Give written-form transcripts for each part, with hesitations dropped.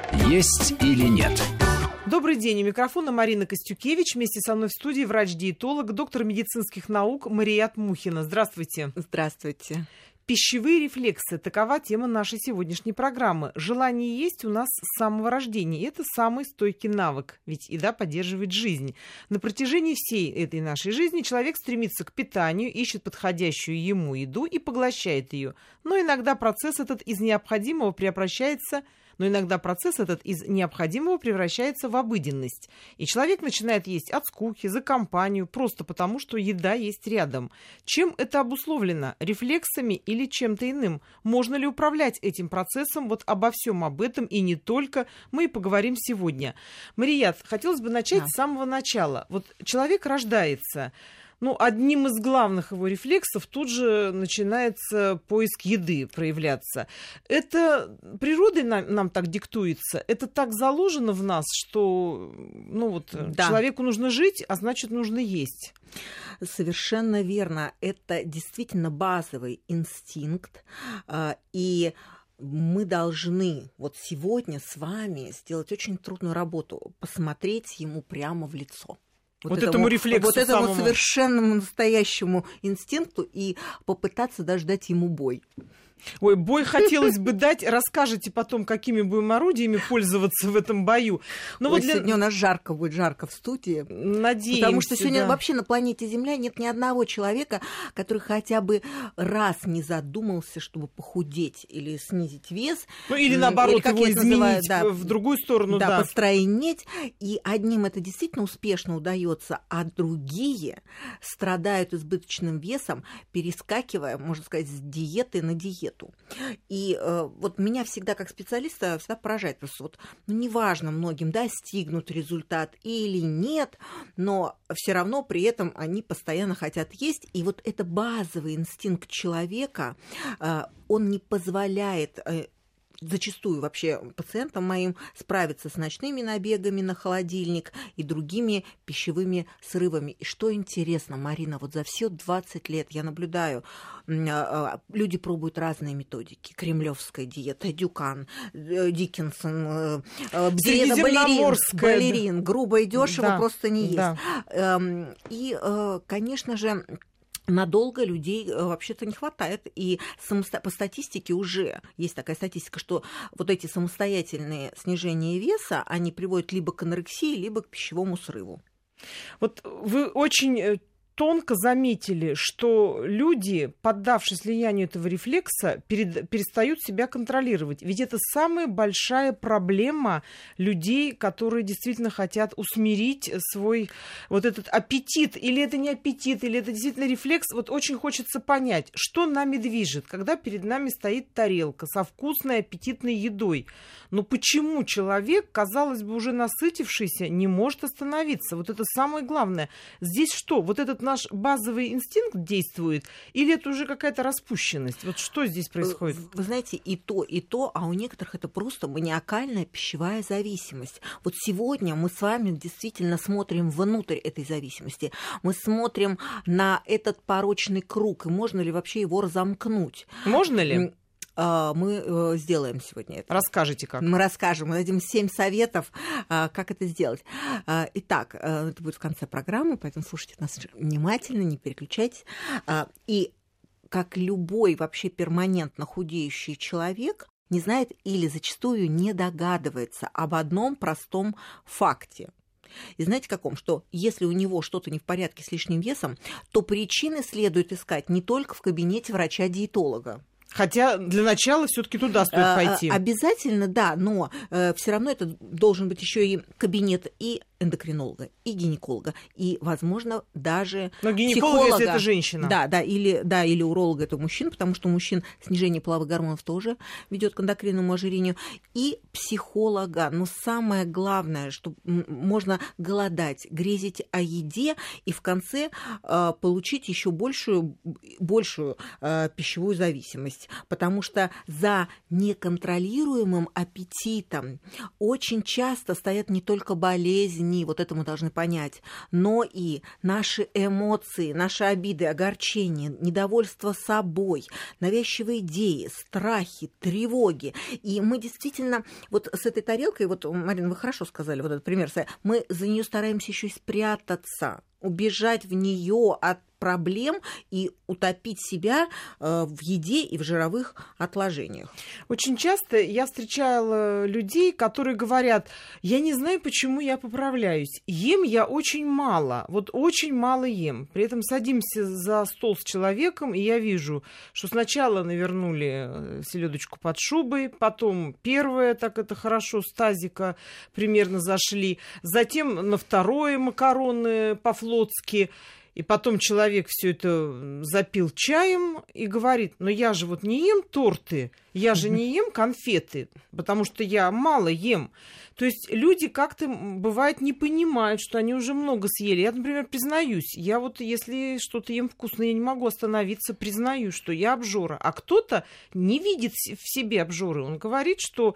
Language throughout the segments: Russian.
Есть или нет? Добрый день. У микрофона Марина Костюкевич. Вместе со мной в студии врач-диетолог, доктор медицинских наук Марият Мухина. Здравствуйте. Здравствуйте. Пищевые рефлексы – такова тема нашей сегодняшней программы. Желание есть у нас с самого рождения. Это самый стойкий навык, ведь еда поддерживает жизнь. На протяжении всей этой нашей жизни человек стремится к питанию, ищет подходящую ему еду и поглощает ее. Но иногда процесс этот из необходимого превращается в обыденность. И человек начинает есть от скуки, за компанию, просто потому, что еда есть рядом. Чем это обусловлено? Рефлексами или чем-то иным? Можно ли управлять этим процессом? Вот обо всем об этом и не только мы и поговорим сегодня. Марият, хотелось бы начать с самого начала. Вот человек рождается. Одним из главных его рефлексов тут же начинается поиск еды проявляться. Это природой нам так диктуется? Это так заложено в нас, что человеку нужно жить, а значит, нужно есть? Совершенно верно. Это действительно базовый инстинкт. И мы должны вот сегодня с вами сделать очень трудную работу, посмотреть ему прямо в лицо. Этому рефлексу вот этому совершенному настоящему инстинкту и попытаться даже дать ему бой. Ой, бой хотелось бы дать. Расскажете потом, какими будем орудиями пользоваться в этом бою. Сегодня у нас будет жарко в студии. Надеемся, потому что сегодня вообще на планете Земля нет ни одного человека, который хотя бы раз не задумался, чтобы похудеть или снизить вес. Или наоборот, или, его изменить в другую сторону. Постройнеть. И одним это действительно успешно удается, а другие страдают избыточным весом, перескакивая, можно сказать, с диеты на диету. И меня всегда, как специалиста, всегда поражает. Просто неважно многим достигнут результат или нет, но все равно при этом они постоянно хотят есть. И вот это базовый инстинкт человека, он не позволяет зачастую вообще пациентам моим справиться с ночными набегами на холодильник и другими пищевыми срывами. И что интересно, Марина, за все 20 лет я наблюдаю, люди пробуют разные методики. Кремлевская диета, Дюкан, Диккенсон, балерин, грубо и дешево просто не есть. И, конечно же, надолго людей вообще-то не хватает. И по статистике уже есть такая статистика, что вот эти самостоятельные снижения веса, они приводят либо к анорексии, либо к пищевому срыву. Вы очень тонко заметили, что люди, поддавшись влиянию этого рефлекса, перестают себя контролировать. Ведь это самая большая проблема людей, которые действительно хотят усмирить свой этот аппетит. Или это не аппетит, или это действительно рефлекс. Очень хочется понять, что нами движет, когда перед нами стоит тарелка со вкусной, аппетитной едой. Но почему человек, казалось бы, уже насытившийся, не может остановиться? Это самое главное. Здесь что? Этот наш базовый инстинкт действует, или это уже какая-то распущенность? Что здесь происходит? Вы знаете, и то, а у некоторых это просто маниакальная пищевая зависимость. Сегодня мы с вами действительно смотрим внутрь этой зависимости. Мы смотрим на этот порочный круг, и можно ли вообще его разомкнуть? Можно ли? Мы сделаем сегодня это. Расскажите, как. Мы расскажем, мы дадим 7 советов, как это сделать. Итак, это будет в конце программы, поэтому слушайте нас внимательно, не переключайтесь. И как любой вообще перманентно худеющий человек не знает или зачастую не догадывается об одном простом факте. И знаете каком? Что если у него что-то не в порядке с лишним весом, то причины следует искать не только в кабинете врача-диетолога. Хотя для начала все-таки туда стоит пойти. Обязательно, да, но все равно это должен быть еще и кабинет и эндокринолога, и гинеколога, и, возможно, даже гинеколог, психолога. если это женщина. Или уролога, это мужчин, потому что у мужчин снижение половых гормонов тоже ведет к эндокринному ожирению, и психолога. Но самое главное, что можно голодать, грезить о еде и в конце получить еще большую пищевую зависимость, потому что за неконтролируемым аппетитом очень часто стоят не только болезни, они, вот это мы должны понять, но и наши эмоции, наши обиды, огорчения, недовольство собой, навязчивые идеи, страхи, тревоги. И мы действительно вот с этой тарелкой, вот, Марина, вы хорошо сказали, вот этот пример, мы за нее стараемся еще и спрятаться, убежать в нее от проблем и утопить себя в еде и в жировых отложениях. Очень часто я встречала людей, которые говорят: я не знаю, почему я поправляюсь. Ем я очень мало, вот очень мало ем. При этом садимся за стол с человеком, и я вижу, что сначала навернули селедочку под шубой, потом первое, так это хорошо, с тазика примерно зашли, затем на второе макароны по-флотски. И потом человек все это запил чаем и говорит: но я же вот не ем торты, я же не ем конфеты, потому что я мало ем. То есть люди как-то, бывает, не понимают, что они уже много съели. Я, например, признаюсь, я вот если что-то ем вкусное, я не могу остановиться, признаю, что я обжора. А кто-то не видит в себе обжоры. Он говорит, что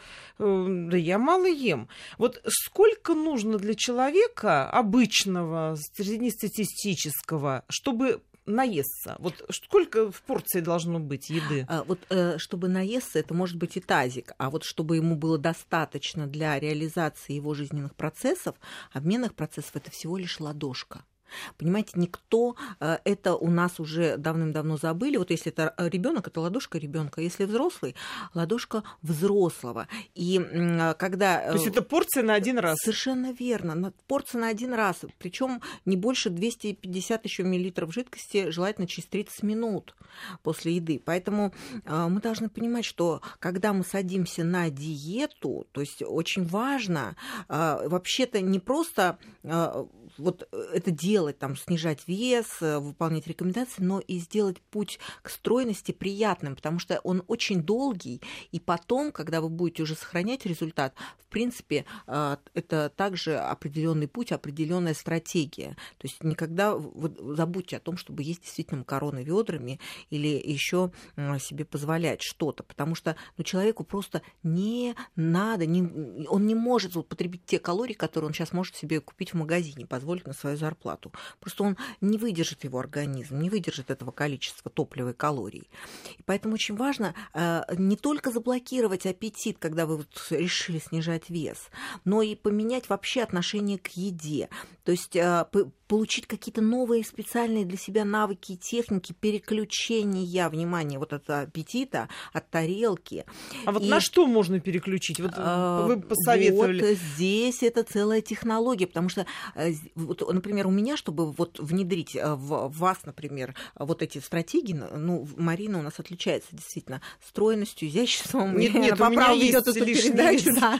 да я мало ем. Вот сколько нужно для человека обычного, среднестатистического, чтобы наесться? Вот сколько в порции должно быть еды? Вот чтобы наесться, это может быть и тазик, а вот чтобы ему было достаточно для реализации его жизненных процессов, обменных процессов, это всего лишь ладошка. Понимаете, никто это у нас уже давным-давно забыли. Вот если это ребенок, это ладошка ребенка, если взрослый, ладошка взрослого. И когда... То есть это порция на один раз? Совершенно верно. Порция на один раз. Причем не больше 250 еще миллилитров жидкости, желательно через 30 минут после еды. Поэтому мы должны понимать, что когда мы садимся на диету, то есть очень важно вообще-то не просто вот это делать, там, снижать вес, выполнять рекомендации, но и сделать путь к стройности приятным, потому что он очень долгий, и потом, когда вы будете уже сохранять результат, в принципе, это также определенный путь, определенная стратегия. То есть никогда забудьте о том, чтобы есть действительно макароны ведрами или еще себе позволять что-то, потому что человеку просто не надо, он не может употребить те калории, которые он сейчас может себе купить в магазине, позволить на свою зарплату. Просто он не выдержит, его организм, не выдержит этого количества топлива и калорий. И поэтому очень важно не только заблокировать аппетит, когда вы решили снижать вес, но и поменять вообще отношение к еде. То есть получить какие-то новые специальные для себя навыки и техники переключения внимания вот от аппетита, от тарелки. А вот на что можно переключить? Вот вы посоветовали. Вот здесь это целая технология, потому что, вот, например, у меня, чтобы вот внедрить в вас, например, вот эти стратегии, Марина у нас отличается действительно стройностью, изяществом. Нет, у меня есть эту передачу, да,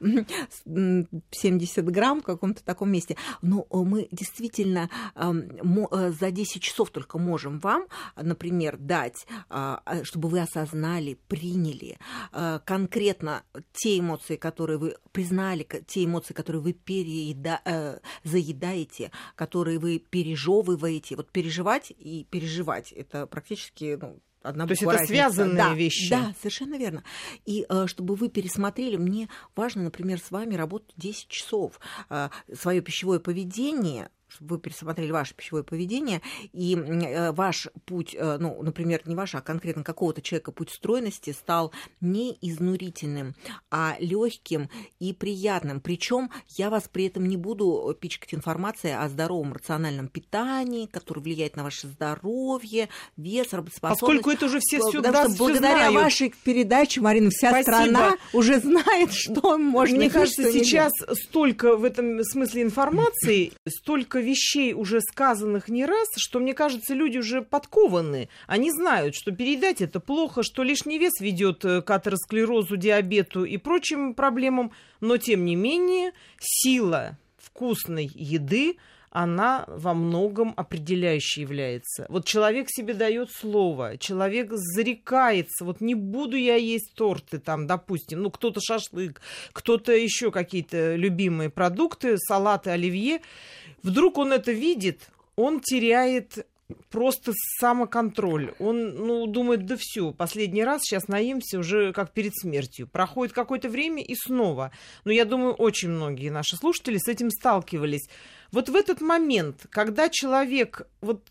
70 грамм в каком-то таком месте. Но мы действительно за 10 часов только можем вам, например, дать, чтобы вы осознали, приняли конкретно те эмоции, которые вы признали, те эмоции, которые вы заедаете, которые вы пережевываете. Вот переживать и переживать – это практически одна буква. То есть это связанные вещи. Да, совершенно верно. И чтобы вы пересмотрели, мне важно, например, с вами работать 10 часов. Своё пищевое поведение, чтобы вы пересмотрели ваше пищевое поведение, и ваш путь, например, не ваш, а конкретно какого-то человека путь стройности стал не изнурительным, а легким и приятным. Причем я вас при этом не буду пичкать информацией о здоровом рациональном питании, которое влияет на ваше здоровье, вес, работоспособность. Поскольку это уже все сюда благодаря знают. Вашей передаче, Марина, вся страна уже знает, что можно. Мне кажется, сейчас столько в этом смысле информации, столько вещей, уже сказанных не раз, что, мне кажется, люди уже подкованы. Они знают, что переедать это плохо, что лишний вес ведет к атеросклерозу, диабету и прочим проблемам. Но, тем не менее, сила вкусной еды, она во многом определяющей является. Вот человек себе дает слово, человек зарекается, вот не буду я есть торты, там, допустим, кто-то шашлык, кто-то еще какие-то любимые продукты, салаты, оливье. Вдруг он это видит, он теряет просто самоконтроль. Он, думает, да все, последний раз, сейчас наемся уже как перед смертью. Проходит какое-то время и снова. Но я думаю, очень многие наши слушатели с этим сталкивались. Вот в этот момент, когда человек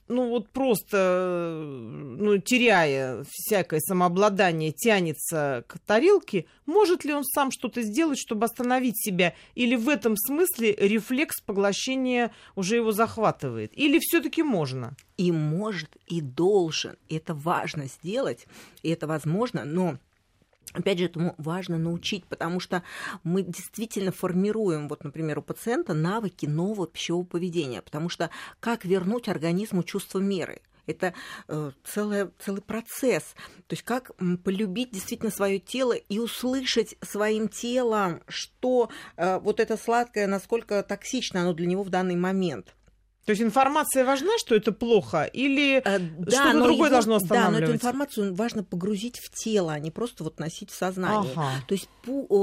просто теряя всякое самообладание, тянется к тарелке, может ли он сам что-то сделать, чтобы остановить себя? Или в этом смысле рефлекс поглощения уже его захватывает? Или все-таки можно? И может, и должен. И это важно сделать, и это возможно, но... Опять же, этому важно научить, потому что мы действительно формируем, например, у пациента навыки нового пищевого поведения, потому что как вернуть организму чувство меры? Это целый процесс. То есть как полюбить действительно свое тело и услышать своим телом, что это сладкое, насколько токсично оно для него в данный момент. То есть информация важна, что это плохо, или что-то другое должно останавливать? Да, но эту информацию важно погрузить в тело, а не просто носить в сознание. Ага. То есть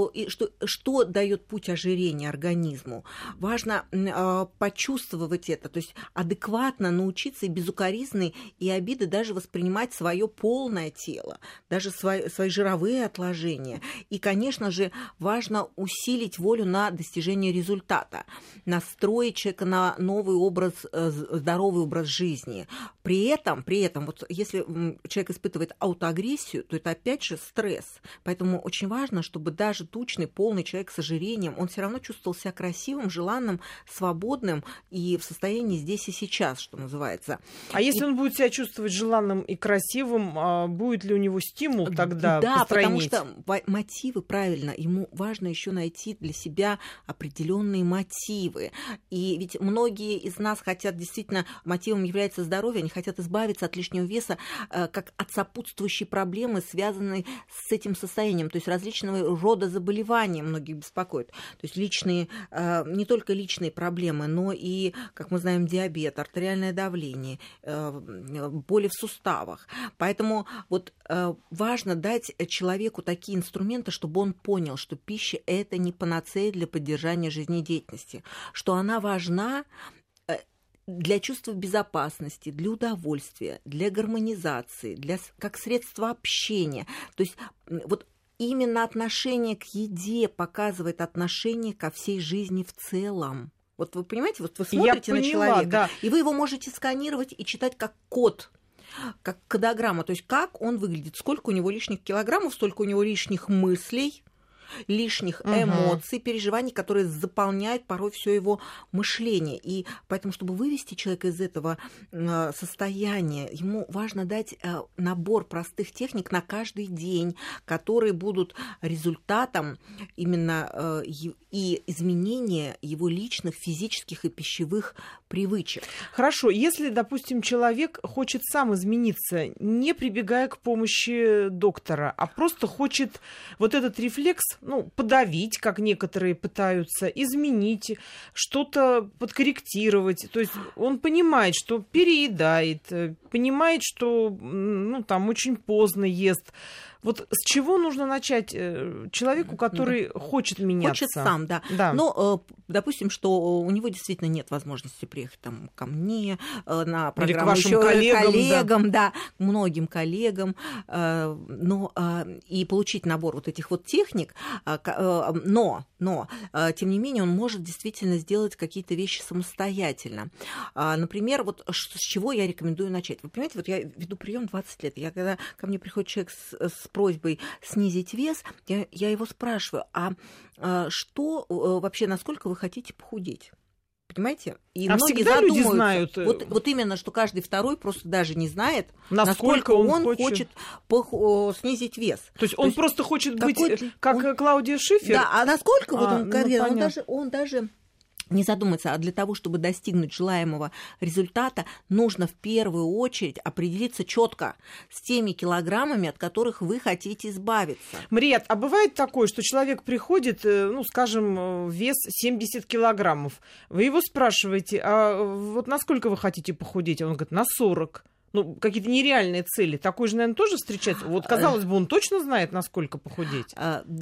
что дает путь ожирения организму? Важно почувствовать это, то есть адекватно научиться и безукоризненно, и обиды даже воспринимать свое полное тело, даже свои жировые отложения. И, конечно же, важно усилить волю на достижение результата, настроить человека на новый здоровый образ жизни. При этом, если человек испытывает аутоагрессию, то это опять же стресс. Поэтому очень важно, чтобы даже тучный, полный человек с ожирением, он все равно чувствовал себя красивым, желанным, свободным и в состоянии здесь и сейчас, что называется. А если он будет себя чувствовать желанным и красивым, будет ли у него стимул тогда потому постройнеть? что мотивы, правильно, ему важно еще найти для себя определенные мотивы. И ведь многие из нас хотят, действительно, мотивом является здоровье, они хотят избавиться от лишнего веса, как от сопутствующей проблемы, связанной с этим состоянием. То есть различного рода заболевания многих беспокоят. То есть не только личные проблемы, но и, как мы знаем, диабет, артериальное давление, боли в суставах. Поэтому важно дать человеку такие инструменты, чтобы он понял, что пища – это не панацея для поддержания жизнедеятельности, что она важна для чувства безопасности, для удовольствия, для гармонизации, как средство общения. То есть именно отношение к еде показывает отношение ко всей жизни в целом. Вы понимаете, вы смотрите на человека, да. И вы его можете сканировать и читать как код, как кодограмма, то есть как он выглядит, сколько у него лишних килограммов, столько у него лишних мыслей, лишних эмоций, переживаний, которые заполняют порой все его мышление. И поэтому, чтобы вывести человека из этого состояния, ему важно дать набор простых техник на каждый день, которые будут результатом именно и изменения его личных физических и пищевых привычек. Хорошо, если, допустим, человек хочет сам измениться, не прибегая к помощи доктора, а просто хочет этот рефлекс подавить, как некоторые пытаются, изменить, что-то подкорректировать. То есть он понимает, что переедает, понимает, что там очень поздно ест. С чего нужно начать человеку, который хочет меняться? Хочет сам, да. Но, допустим, что у него действительно нет возможности приехать ко мне на программу, или к вашим коллегам, да, многим коллегам, и получить набор этих техник, но, тем не менее, он может действительно сделать какие-то вещи самостоятельно. Например, с чего я рекомендую начать? Вы понимаете, я веду прием 20 лет. Когда ко мне приходит человек с просьбой снизить вес, я его спрашиваю, что вообще, насколько вы хотите похудеть? Понимаете? И многие всегда задумываются. Люди знают. Именно, что каждый второй просто даже не знает, насколько он хочет снизить вес. То есть он просто хочет быть как Клаудия Шифер? Да, а насколько он даже не задуматься, а для того, чтобы достигнуть желаемого результата, нужно в первую очередь определиться четко с теми килограммами, от которых вы хотите избавиться. Марият, а бывает такое, что человек приходит, скажем, вес 70 килограммов. Вы его спрашиваете, а насколько вы хотите похудеть? Он говорит, на 40. Какие-то нереальные цели. Такой же, наверное, тоже встречается. Казалось бы, он точно знает, насколько похудеть. Да,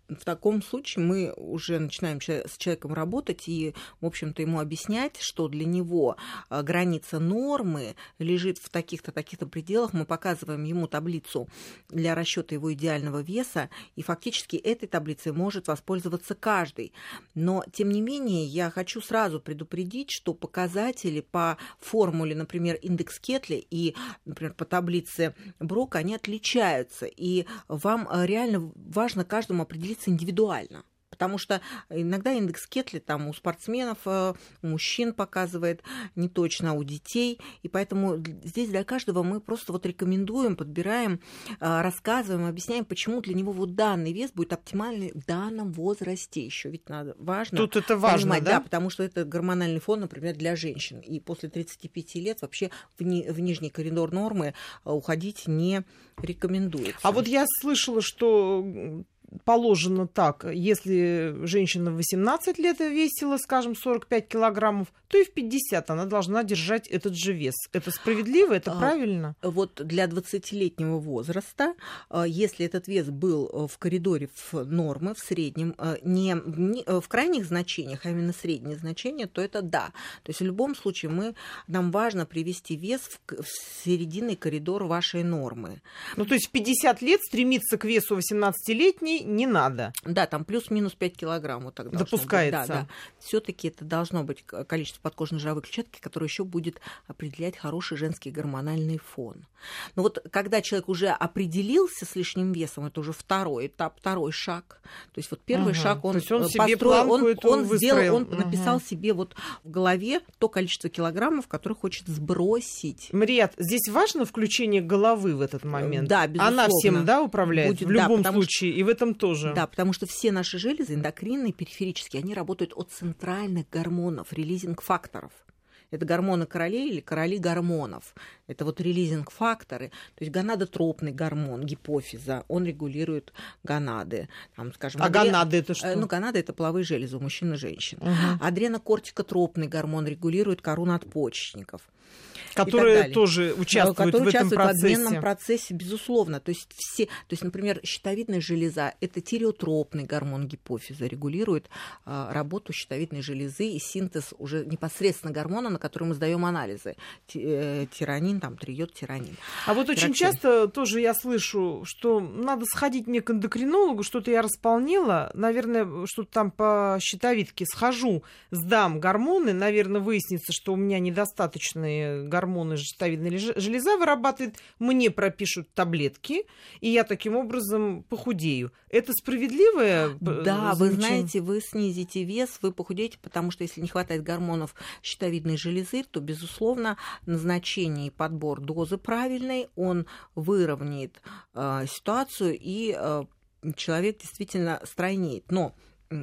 в таком случае мы уже начинаем с человеком работать и, в общем-то, ему объяснять, что для него граница нормы лежит в таких-то пределах. Мы показываем ему таблицу для расчета его идеального веса, и фактически этой таблицей может воспользоваться каждый. Но, тем не менее, я хочу сразу предупредить, что показатели по формуле, например, индекс Кетли и, например, по таблице Брока, они отличаются, и вам реально важно каждому определиться индивидуально. Потому что иногда индекс Кетли там у спортсменов, у мужчин показывает не точно, а у детей. И поэтому здесь для каждого мы просто вот рекомендуем, подбираем, рассказываем, объясняем, почему для него вот данный вес будет оптимальный в данном возрасте. Еще ведь важно. Тут это важно, понимать, да? Да, потому что это гормональный фон, например, для женщин. И после 35 лет вообще в нижний коридор нормы уходить не рекомендуется. А вот я слышала, что положено так, если женщина в 18 лет весила, скажем, 45 килограммов, то и в 50 она должна держать этот же вес. Это справедливо, это правильно? Вот для 20-летнего возраста, если этот вес был в коридоре нормы, в среднем, не в крайних значениях, а именно средние значения, то это да. То есть в любом случае нам важно привести вес в серединный коридор вашей нормы. Ну, то есть в 50 лет стремиться к весу 18-летней не надо. Да, там плюс-минус 5 килограмм вот так допускается. Быть. Да. Все-таки это должно быть количество подкожно-жировой клетчатки, которое еще будет определять хороший женский гормональный фон. Но вот когда человек уже определился с лишним весом, это уже второй этап, второй шаг. То есть вот первый шаг он построил, он сделал, он написал себе вот в голове то количество килограммов, которое хочет сбросить. Марият, здесь важно включение головы в этот момент. Да, безусловно. Она всем, да, управляет будет, в любом случае, и в этом тоже. Да, потому что все наши железы, эндокринные, периферические, они работают от центральных гормонов, релизинг-факторов. Это гормоны королей или короли гормонов. Это вот релизинг-факторы. То есть гонадотропный гормон гипофиза, он регулирует гонады. Там, скажем, гонады это что? Гонады – это половые железы у мужчин и женщин. Адренокортикотропный гормон регулирует кору надпочечников. Которые тоже участвуют в этом процессе. В обменном процессе, безусловно. То есть, например, щитовидная железа – это тиреотропный гормон гипофиза, регулирует работу щитовидной железы и синтез уже непосредственно гормона, на который мы сдаем анализы. Тиранин, триодтиранин. А вот очень часто тоже я слышу, что надо сходить мне к эндокринологу, что-то я располнела, наверное, что-то там по щитовидке схожу, сдам гормоны, наверное, выяснится, что у меня недостаточные гормоны щитовидная железа вырабатывает, мне пропишут таблетки, и я таким образом похудею. Это справедливое? Да, вы знаете, вы снизите вес, вы похудеете, потому что если не хватает гормонов щитовидной железы, то, безусловно, назначение и подбор дозы правильной, он выровняет ситуацию, и человек действительно стройнеет. Но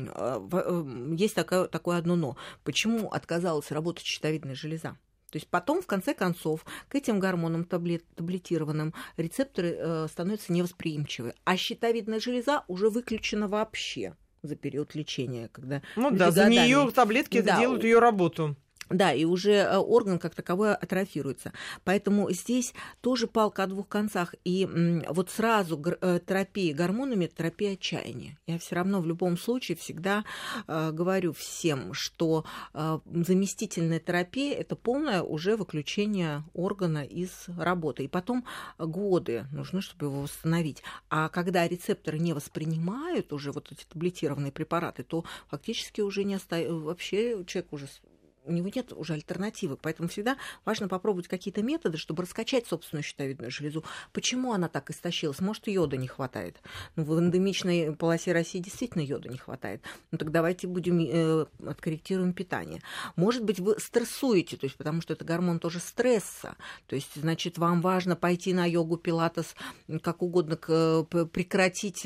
есть такое одно но. Почему отказалась работать щитовидная железа? То есть потом, в конце концов, к этим гормонам таблетированным рецепторы становятся невосприимчивы. А щитовидная железа уже выключена вообще за период лечения. Когда за нее таблетки делают ее работу. Да, и уже орган как таковой атрофируется. Поэтому здесь тоже палка о двух концах. И вот сразу терапия гормонами – это терапия отчаяния. Я все равно в любом случае всегда говорю всем, что заместительная терапия – это полное уже выключение органа из работы. И потом годы нужны, чтобы его восстановить. А когда рецепторы не воспринимают уже вот эти таблетированные препараты, то фактически уже не вообще человек уже... У него нет уже альтернативы, поэтому всегда важно попробовать какие-то методы, чтобы раскачать собственную щитовидную железу. Почему она так истощилась? Может, йода не хватает. В эндемичной полосе России действительно йода не хватает. Так давайте откорректируем питание. Может быть, вы стрессуете, то есть, потому что это гормон тоже стресса. То есть, значит, вам важно пойти на йогу, пилатес, как угодно, прекратить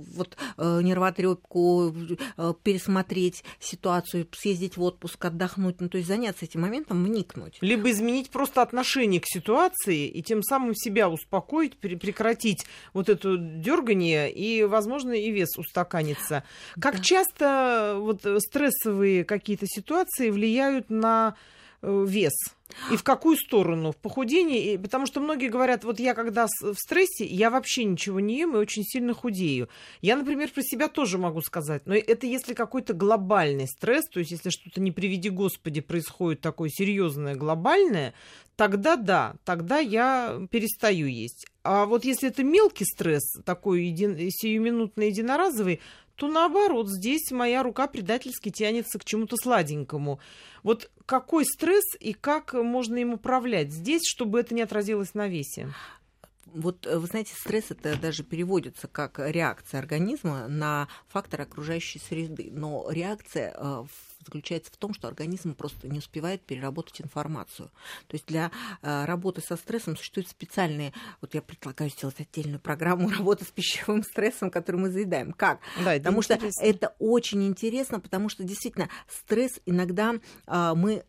нервотрепку, пересмотреть ситуацию, съездить в отпуск, отдохнуть. То есть заняться этим моментом, вникнуть. Либо изменить просто отношение к ситуации и тем самым себя успокоить, прекратить вот это дёрганье, и, возможно, и вес устаканится. Как часто стрессовые какие-то ситуации влияют на вес? И в какую сторону? В похудение? Потому что многие говорят, вот я когда в стрессе, я вообще ничего не ем и очень сильно худею. Я, например, про себя тоже могу сказать, но это если какой-то глобальный стресс, то есть если что-то, не приведи Господи, происходит такое серьезное, глобальное, тогда да, тогда я перестаю есть. А вот если это мелкий стресс, такой сиюминутный, единоразовый, то наоборот, здесь моя рука предательски тянется к чему-то сладенькому. Вот какой стресс и как можно им управлять здесь, чтобы это не отразилось на весе? Вот, вы знаете, стресс это даже переводится как реакция организма на фактор окружающей среды. Но реакция заключается в том, что организм просто не успевает переработать информацию. То есть для работы со стрессом существуют специальные, вот я предлагаю сделать отдельную программу работы с пищевым стрессом, который мы заедаем. Как? Да, потому что это очень интересно, потому что действительно стресс иногда мы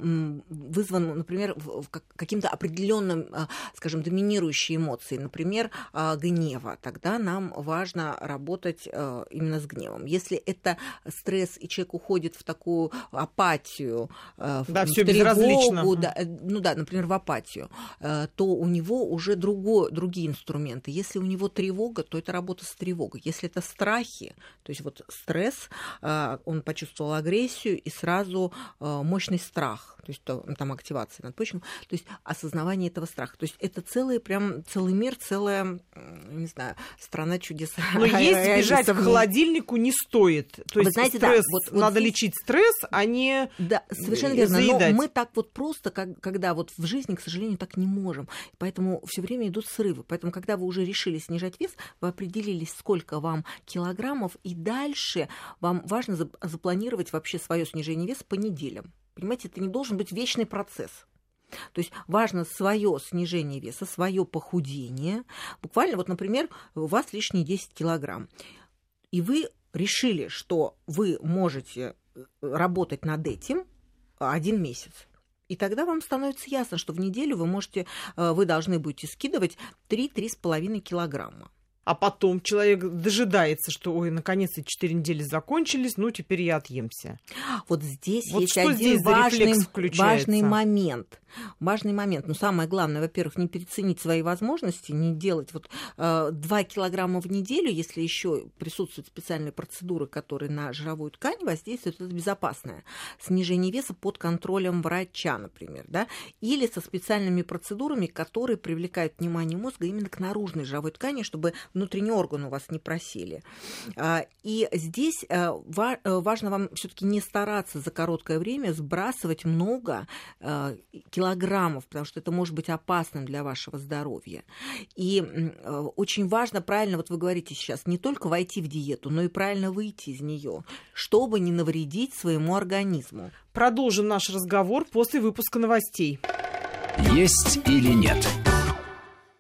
вызван, например, каким-то определенным, скажем, доминирующей эмоцией, например, гнева. Тогда нам важно работать именно с гневом. Если это стресс, и человек уходит в такую апатию, да, в всё тревогу, да, ну да, например, в апатию, то у него уже другие инструменты. Если у него тревога, то это работа с тревогой. Если это страхи, то есть вот стресс, он почувствовал агрессию и сразу мощный страх, то есть там активация надпочечника, то есть осознавание этого страха. То есть это целый мир, целая, не знаю, страна чудес. Но есть бежать к холодильнику не стоит. То есть знаете, стресс, да, вот надо здесь лечить стресс, а не да, совершенно верно. заедать. Но мы так вот просто, когда вот в жизни, к сожалению, так не можем. Поэтому все время идут срывы. Поэтому, когда вы уже решили снижать вес, вы определились, сколько вам килограммов, и дальше вам важно запланировать вообще свое снижение веса по неделям. Понимаете, это не должен быть вечный процесс. То есть важно свое снижение веса, свое похудение. Буквально, вот, например, у вас лишние 10 килограмм. И вы решили, что вы можете работать над этим 1 месяц. И тогда вам становится ясно, что в неделю вы должны будете скидывать 3-3,5 килограмма. А потом человек дожидается, что, ой, наконец-то 4 недели закончились, ну, теперь я отъемся. Вот здесь вот есть один важный момент. Важный момент. Но самое главное, во-первых, не переоценить свои возможности, не делать 2 килограмма в неделю, если еще присутствуют специальные процедуры, которые на жировую ткань воздействуют, это безопасное снижение веса под контролем врача, например, да? Или со специальными процедурами, которые привлекают внимание мозга именно к наружной жировой ткани, чтобы внутренние органы у вас не просели. И здесь важно вам все-таки не стараться за короткое время сбрасывать много килограммов, потому что это может быть опасным для вашего здоровья. И очень важно правильно, вот вы говорите сейчас, не только войти в диету, но и правильно выйти из нее, чтобы не навредить своему организму. Продолжим наш разговор после выпуска новостей. Есть или нет?